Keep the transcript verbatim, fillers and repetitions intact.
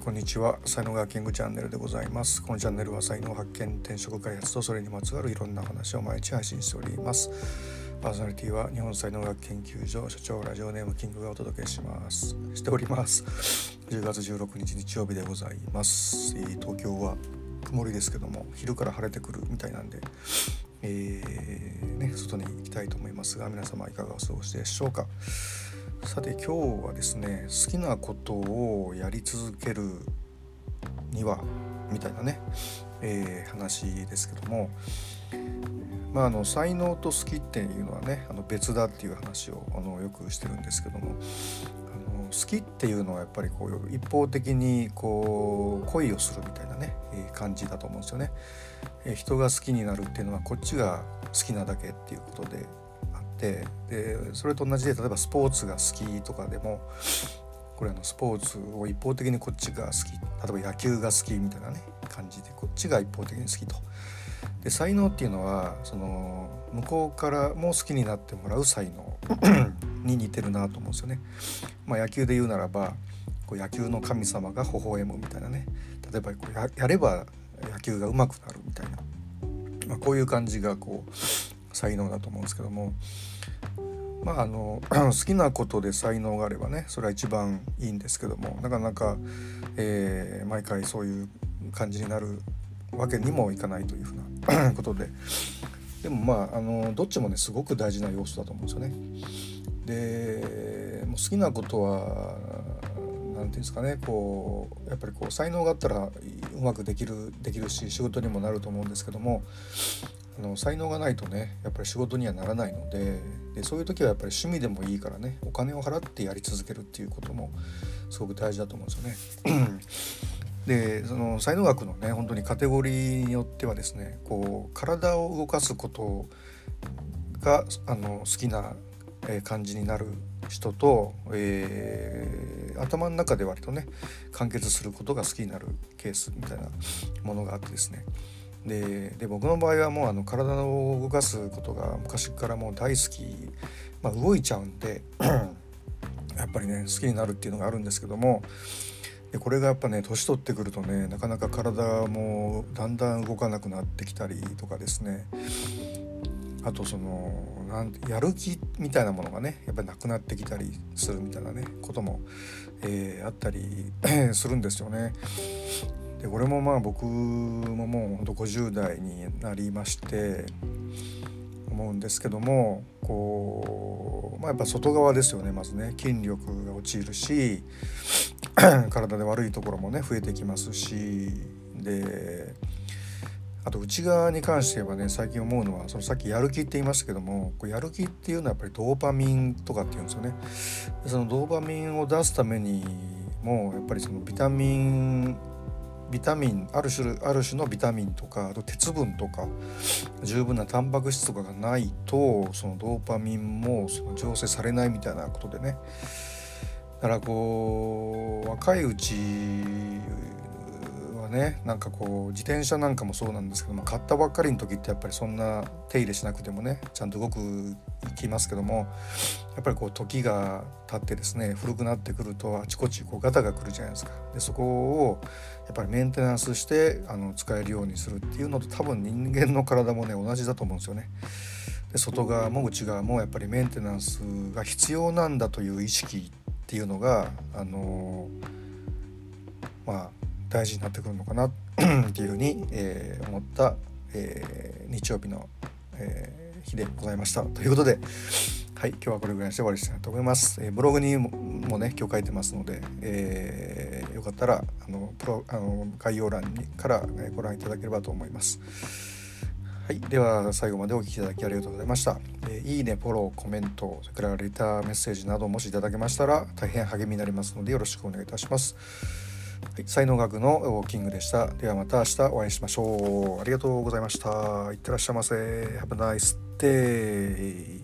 こんにちは。才能学キングチャンネルでございます。このチャンネルは才能発見、転職開発とそれにまつわるいろんな話を毎日配信しております。パーソナリティは日本才能学研究所所長ラジオネームキングがお届けしますしております。じゅうがつじゅうろくにち日曜日でございます。東京は曇りですけども昼から晴れてくるみたいなんで、えーね、外に行きたいと思いますが、皆様いかがお過ごしでしょうか。さて今日はですね、好きなことをやり続けるにはみたいなね、えー、話ですけども、まあ、あの才能と好きっていうのはね、あの別だっていう話をあのよくしてるんですけども、あの好きっていうのはやっぱりこう一方的にこう恋をするみたいなね、えー、感じだと思うんですよね。えー、人が好きになるっていうのはこっちが好きなだけっていうことででそれと同じで、例えばスポーツが好きとかでも、これあのスポーツを一方的にこっちが好き、例えば野球が好きみたいなね感じでこっちが一方的に好きと。で才能っていうのはその向こうからも好きになってもらう才能に似てるなと思うんですよね。まあ、野球で言うならばこう野球の神様が微笑むみたいなね、例えばこう や, やれば野球が上手くなるみたいな、まあ、こういう感じがこう才能だと思うんですけども、まああの好きなことで才能があればね、それは一番いいんですけども、なかなか、えー、毎回そういう感じになるわけにもいかないというふうなことで、でもまああのどっちもねすごく大事な要素だと思うんですよね。でもう好きなことはなんていうんですかね、こうやっぱりこう才能があったらうまくできるできるし仕事にもなると思うんですけども、あの才能がないとねやっぱり仕事にはならないの で, でそういう時はやっぱり趣味でもいいからね、お金を払ってやり続けるっていうこともすごく大事だと思うんですよね。でその才能学のね本当にカテゴリーによってはですね、こう体を動かすことがあの好きな感じになる人と、えー、頭の中で割とね完結することが好きになるケースみたいなものがあってですね、で, で僕の場合はもうあの体を動かすことが昔からもう大好き、まあ、動いちゃうんでやっぱりね好きになるっていうのがあるんですけども、でこれがやっぱね年取ってくるとね、なかなか体もだんだん動かなくなってきたりとかですね、あとそのなんやる気みたいなものがねやっぱりなくなってきたりするみたいなねことも、えー、あったりするんですよね。でこれもまあ僕ももうほんとごじゅう代になりまして思うんですけども、こう、まあ、やっぱ外側ですよね。まずね筋力が落ちるし体で悪いところもね増えてきますし、であと内側に関して言えばね、最近思うのはそのさっきやる気って言いましたけども、こうやる気っていうのはやっぱりドーパミンとかっていうんですよね。でそのドーパミンを出すためにもやっぱりそのビタミンビタミンある種ある種のビタミンとか、あと鉄分とか十分なタンパク質とかがないと、そのドーパミンもその醸成されないみたいなことでね、だからこう若いうちはね、なんかこう自転車なんかもそうなんですけども、買ったばっかりの時ってやっぱりそんな手入れしなくてもねちゃんと動くいきますけども、やっぱりこう時が経ってですね古くなってくるとあちこちこうガタが来るじゃないですか。でそこをやっぱりメンテナンスしてあの使えるようにするっていうのと、多分人間の体もね同じだと思うんですよね。で外側も内側もやっぱりメンテナンスが必要なんだという意識っていうのがあのまあ大事になってくるのかなっていうふうに、えー、思った、えー、日曜日の、えー、日でございましたということで、はい、今日はこれぐらいにして終わりにしたいと思います。えー、ブログにも、もね今日書いてますので、えー、よかったらあのプロあの概要欄にから、ね、ご覧いただければと思います。はい、では最後までお聞きいただきありがとうございました。えー、いいね、フォロー、コメント、それからレター、メッセージなどもしいただけましたら大変励みになりますのでよろしくお願いいたします。はい、才能学のウォーキングでした。ではまた明日お会いしましょう。ありがとうございました。いってらっしゃいませ。Have a nice day.